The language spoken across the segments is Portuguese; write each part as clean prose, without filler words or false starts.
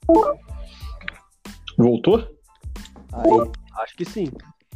Voltou? Aí, acho que sim.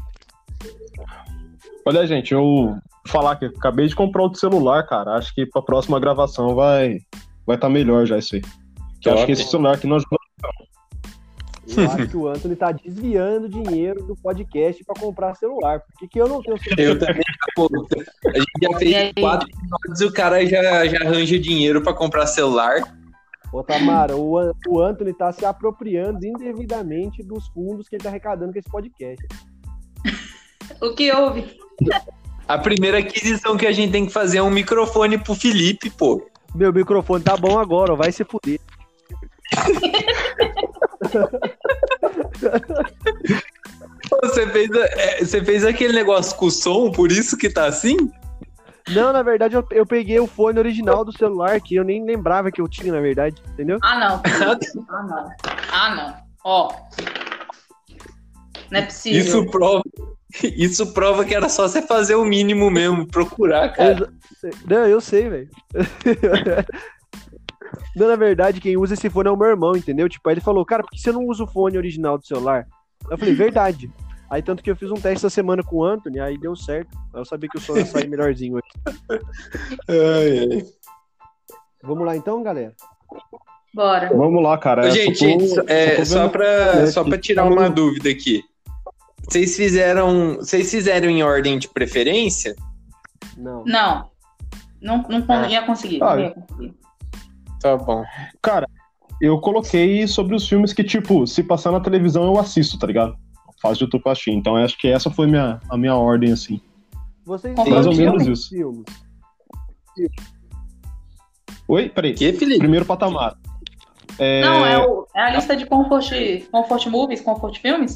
Olha, gente, eu falar que acabei de comprar outro celular, cara. Acho que pra próxima gravação vai tá melhor já isso aí. Que eu acho que esse celular aqui não ajuda. Eu acho que o Anthony tá desviando dinheiro do podcast pra comprar celular. Por que eu não tenho celular? Eu também, pô. A gente já fez 4 episódios e o cara já arranja dinheiro pra comprar celular. Ô, Tamara, o Anthony tá se apropriando indevidamente dos fundos que ele tá arrecadando com esse podcast. O que houve? A primeira aquisição que a gente tem que fazer é um microfone pro Felipe, pô. Meu microfone tá bom agora, ó, vai se fuder. Você fez aquele negócio com o som, por isso que tá assim? Não, na verdade, eu peguei o fone original do celular, que eu nem lembrava que eu tinha, na verdade, entendeu? Ah, não. Ó. Não é possível. Isso prova que era só você fazer o mínimo mesmo, procurar, cara. Não, eu sei, velho. Não, na verdade, quem usa esse fone é o meu irmão, entendeu? Tipo, aí ele falou, cara, por que você não usa o fone original do celular? Eu falei, verdade. Aí tanto que eu fiz um teste essa semana com o Anthony, aí deu certo. Aí eu sabia que o som ia sair melhorzinho hoje. Ai. Vamos lá então, galera? Bora. Vamos lá, cara. Gente, só pra tirar uma dúvida aqui. Vocês fizeram em ordem de preferência? Não. Não ia conseguir. Não ia conseguir. Tá bom. Cara, eu coloquei sobre os filmes que, tipo, se passar na televisão eu assisto, tá ligado? Faz de YouTube pra assistir. Então acho que essa foi a minha ordem, assim. Vocês mais ou menos isso. Filmes? Oi? Peraí. Que, Felipe? Primeiro patamar. Não, é a lista de comfort movies, comfort filmes?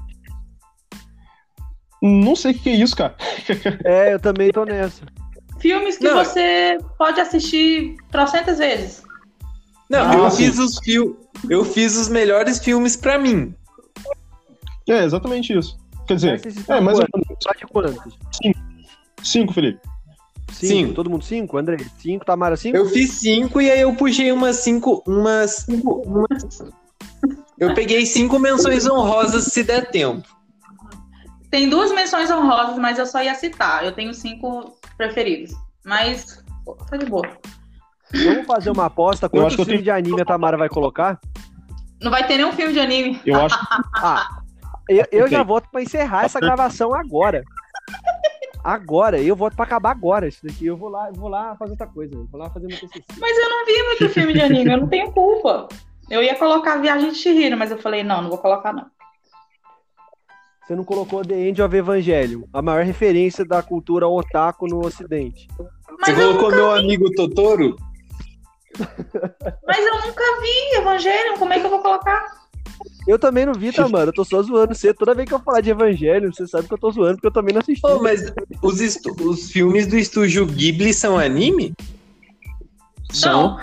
Não sei o que é isso, cara. Eu também tô nessa. Filmes que você pode assistir trocentas vezes. Não, eu fiz os melhores filmes pra mim. É, exatamente isso. Quer dizer, mais ou menos. Só de quantos? 5, Felipe. 5. Todo mundo 5? André, 5, Tamara 5? Eu fiz 5 e aí eu puxei umas 5. Eu peguei 5 menções honrosas se der tempo. Tem 2 menções honrosas, mas eu só ia citar. Eu tenho 5 preferidos. Mas tá de boa. Vamos fazer uma aposta. Quantos filmes de anime a Tamara vai colocar? Não vai ter nenhum filme de anime. Eu acho. Eu já voto pra encerrar essa gravação agora. Eu voto pra acabar agora isso daqui. Eu vou lá fazer outra coisa. Vou lá fazer meu TCC. Mas eu não vi muito filme de anime. Eu não tenho culpa. Eu ia colocar Viagem de Chihiro, mas eu falei, não vou colocar não. Você não colocou The End of Evangelion, a maior referência da cultura otaku no ocidente. Você colocou meu amigo Totoro? Mas eu nunca vi Evangelion, como é que eu vou colocar? Eu também não vi, Tamara, eu tô só zoando você. Toda vez que eu falar de Evangelion, você sabe que eu tô zoando, porque eu também não assisti. Mas os filmes do estúdio Ghibli são anime? Não.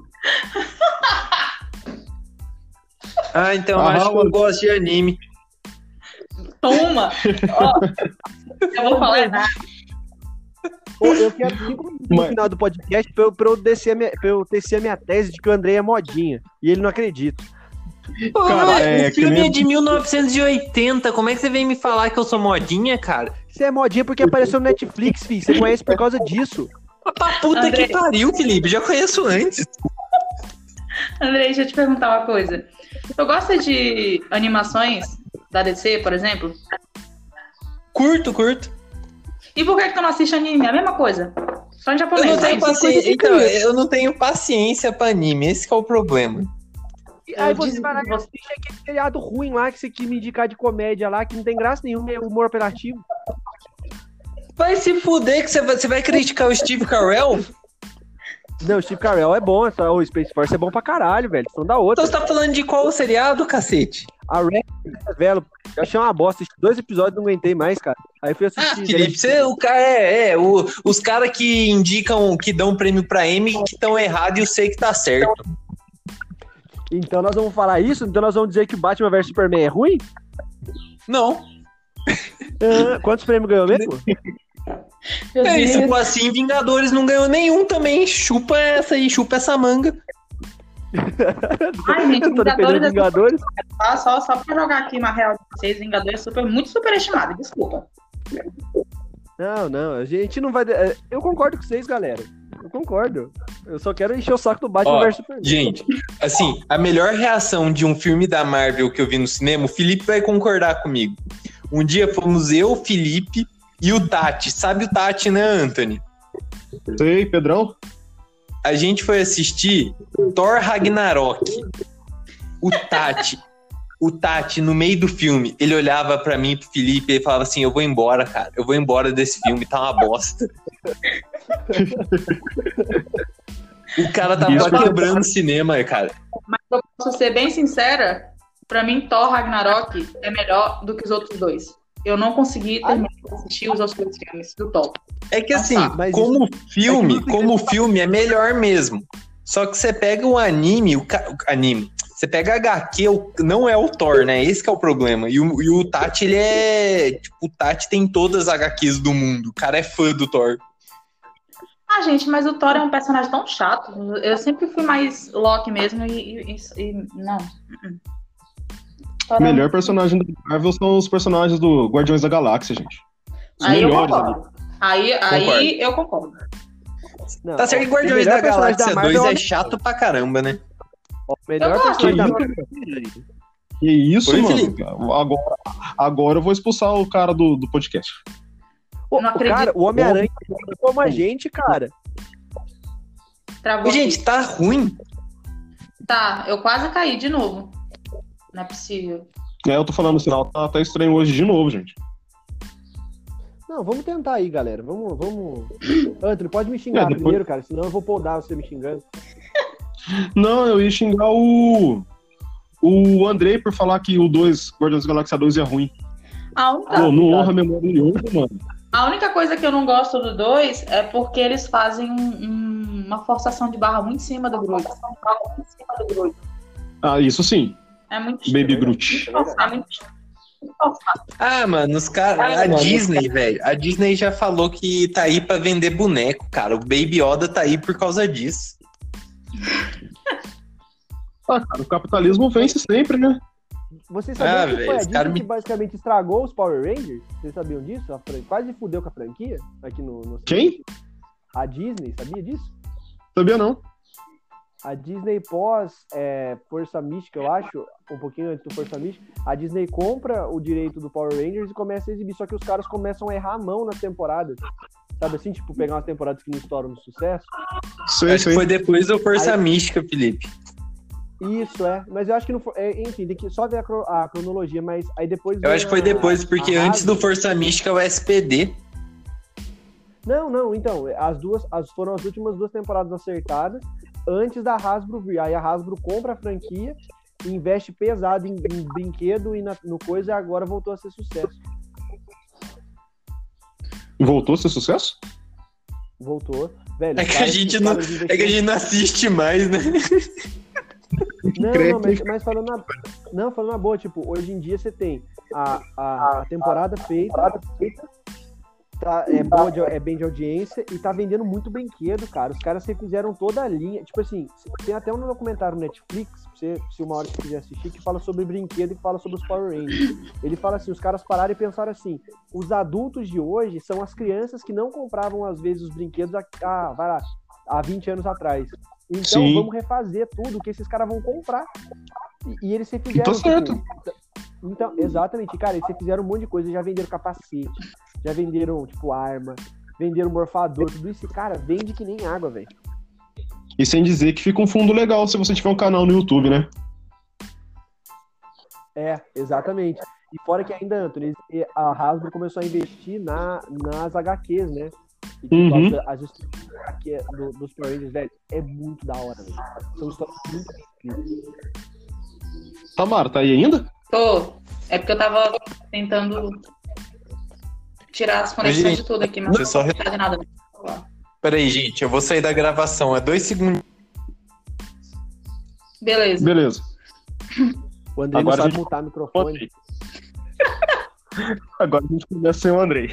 Então acho que eu gosto de anime. Toma! Eu vou falar errado. Eu quero 5 minutos no final do podcast pra eu tecer a minha tese de que o André é modinha. E ele não acredita. O filme é de 1980. Como é que você vem me falar que eu sou modinha, cara? Você é modinha porque apareceu no Netflix, filho. Você conhece por causa disso. Pra puta André... que pariu, Felipe. Já conheço antes. André, deixa eu te perguntar uma coisa. Tu gosta de animações da DC, por exemplo? Curto. E por que tu não assiste anime? É a mesma coisa. Só em japonês. Eu não tenho paciência. Então, eu não tenho paciência pra anime. Esse que é o problema. Aí você vai lá e assiste aquele seriado ruim lá que você quis me indicar de comédia lá, que não tem graça nenhuma, é humor apelativo. Vai se fuder que você vai criticar o Steve Carell? Não, o Steve Carell é bom, o Space Force é bom pra caralho, velho. São da outra. Então você tá falando de qual seriado, cacete? A Red Velo. Eu achei uma bosta. Assisti 2 episódios e não aguentei mais, cara. Aí fui assistir. Felipe, o cara os caras que indicam, que dão prêmio pra M, que estão errados e eu sei que tá certo. Então nós vamos falar isso? Então nós vamos dizer que Batman vs Superman é ruim? Não. Quantos prêmios ganhou mesmo? Se for assim, Vingadores não ganhou nenhum também. Chupa essa manga. Ai, gente, Eu tô defendendo Vingadores. Só pra jogar aqui uma real de vocês, Vingadores é muito superestimado, desculpa. Não, a gente não vai. Eu concordo com vocês, galera. Eu concordo. Eu só quero encher o saco do Batman vs Superman. Gente, assim, a melhor reação de um filme da Marvel que eu vi no cinema, o Felipe vai concordar comigo. Um dia fomos eu, o Felipe e o Tati. Sabe o Tati, né, Anthony? Sei, Pedrão. A gente foi assistir Thor Ragnarok. O Tati, no meio do filme, ele olhava pra mim e pro Felipe e falava assim, eu vou embora, cara. Eu vou embora desse filme, tá uma bosta. O cara tava quebrando o cinema, cara. Mas eu posso ser bem sincera, pra mim Thor Ragnarok é melhor do que os outros dois. Eu não consegui terminar de assistir os outros dois filmes do Thor. É que assim, como filme é melhor mesmo. Só que você pega o anime, você pega HQ, não é o Thor, né? Esse que é o problema. E o Tati, ele é... Tipo, o Tati tem todas as HQs do mundo. O cara é fã do Thor. Ah, gente, mas o Thor é um personagem tão chato. Eu sempre fui mais Loki mesmo e não. O melhor personagem do Marvel são os personagens do Guardiões da Galáxia, gente. Os aí melhores eu concordo. Aí eu concordo. Não, Tá certo que Guardiões da Galáxia 2 é chato pra caramba, né? O melhor personagem da Marvel. Que isso, Oi, mano? Felipe. Agora eu vou expulsar o cara do podcast. O Homem-Aranha como a gente, cara. Travou gente, aqui. tá ruim. Tá, eu quase caí de novo. Não é possível. Eu tô falando, o sinal tá estranho hoje de novo, gente. Não, vamos tentar aí, galera. Vamos. Anthony, pode me xingar primeiro, cara, senão eu vou podar você me xingando. Não, eu ia xingar o Andrei por falar que o 2, Guardiões da Galáxia 2 é ruim. Não honra a memória de hoje, mano. A única coisa que eu não gosto do 2 é porque eles fazem uma forçação de barra muito em cima do Groot. Ah, isso sim. É muito Baby Groot. É muito mano, os caras... A Disney, velho. A Disney já falou que tá aí pra vender boneco, cara. O Baby Yoda tá aí por causa disso. Cara, o capitalismo vence sempre, né? Vocês sabiam que foi a Disney que basicamente estragou os Power Rangers? Vocês sabiam disso? Quase fudeu com a franquia aqui no... Quem? A Disney, sabia disso? Sabia não. A Disney Força Mística, eu acho, um pouquinho antes do Força Mística, a Disney compra o direito do Power Rangers e começa a exibir, só que os caras começam a errar a mão nas temporadas. Sabe assim, tipo, pegar umas temporadas que não estouram no sucesso? Acho que foi depois do Força Mística, Felipe. Isso, mas eu acho que não foi. Enfim, tem que só ver a cronologia, mas aí depois. Eu acho que foi depois, porque antes do Força Mística é o SPD. Não, então, foram as últimas 2 temporadas acertadas antes da Hasbro vir. Aí a Hasbro compra a franquia, investe pesado em brinquedo e no coisa, e agora voltou a ser sucesso. Voltou a ser sucesso? Voltou. Velho, é que a gente não assiste mais, né? Não, mas falando na boa, tipo, hoje em dia você tem a temporada feita, é bem de audiência e tá vendendo muito brinquedo, cara. Os caras refizeram toda a linha. Tipo assim, tem até um documentário no Netflix, se uma hora você quiser assistir, que fala sobre brinquedo e que fala sobre os Power Rangers. Ele fala assim, os caras pararam e pensaram assim, os adultos de hoje são as crianças que não compravam, às vezes, os brinquedos há 20 anos atrás. Então, vamos refazer tudo que esses caras vão comprar. E eles se fizeram... Tá certo. Então, exatamente, cara, eles fizeram um monte de coisa, já venderam capacete, já venderam, tipo, arma, venderam morfador, tudo isso, cara, vende que nem água, velho. E sem dizer que fica um fundo legal se você tiver um canal no YouTube, né? Exatamente. E fora que ainda, Anthony, a Hasbro começou a investir nas HQs, né? E, tipo, as histórias dos Power Rangers, velho, é muito da hora, velho. São histórias muito incríveis. Tamara, tá aí ainda? Tô. É porque eu tava tentando tirar as conexões de tudo aqui, mas não tá de nada. Peraí, gente, eu vou sair da gravação. É 2 segundos. Beleza. O Andrei não sabe mutar o microfone. Agora a gente começa sem o Andrei.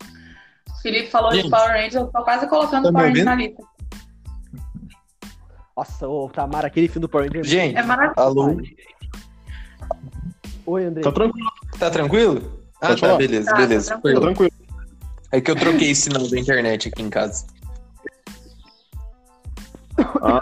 O Felipe falou de Power Rangers, eu tô quase colocando o Power Rangers na lista. Nossa, ô, Tamara, aquele filme do Power Rangers. Gente, É maravilhoso. alô? Oi, André. Tá tranquilo. Tá tranquilo? Ah, Pode tá, falar. beleza, Tá, beleza. tá tranquilo. Tá tranquilo. É que eu troquei o sinal da internet aqui em casa. Ah,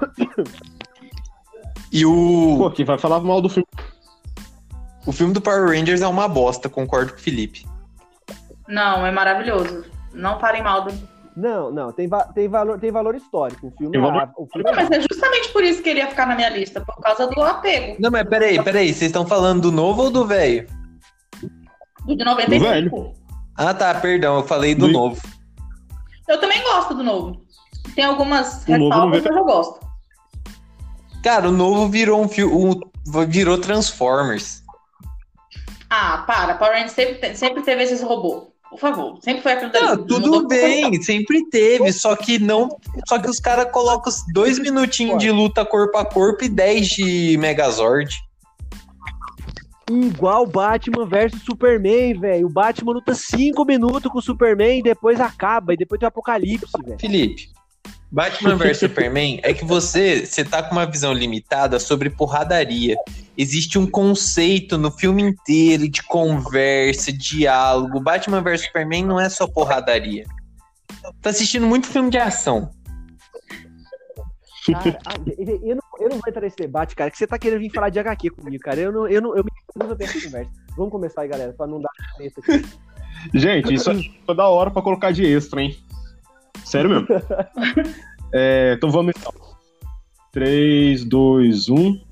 E pô, quem vai falar mal do filme? o filme do Power Rangers é uma bosta, concordo com o Felipe. Não, é maravilhoso. Não parem mal do. Não, tem valor histórico. O filme, Tem valor- o filme Não, mas é justamente por isso que ele ia ficar na minha lista, por causa do apego. Não, mas peraí, vocês estão falando do novo ou do velho? Do de Do 95. velho. Ah, tá, perdão, eu falei do Do- novo. Eu também gosto do novo. Tem algumas O novo não ressalvas, vê- mas eu gosto. Cara, o novo virou virou Transformers. Ah, para. Power Rangers sempre teve esses robôs. Por favor. Sempre foi aquilo dali. Não, Não tudo mudou bem, sempre teve, só que os caras colocam 2 minutinhos de luta corpo a corpo e 10 de Megazord. igual Batman versus Superman, velho. O Batman luta 5 minutos com o Superman e depois acaba. E depois tem o apocalipse, velho. Felipe, Batman vs Superman é que você tá com uma visão limitada sobre porradaria. Existe um conceito no filme inteiro de conversa, diálogo. Batman vs Superman não é só porradaria. Tá assistindo muito filme de ação. Cara, eu não vou entrar nesse debate, cara, que você tá querendo vir falar de HQ comigo, cara. Eu me recuso a ter essa conversa. Vamos começar aí, galera, pra não dar treta aqui. Gente, isso é da hora pra colocar de extra, hein? Sério mesmo. Então vamos então. 3, 2, 1.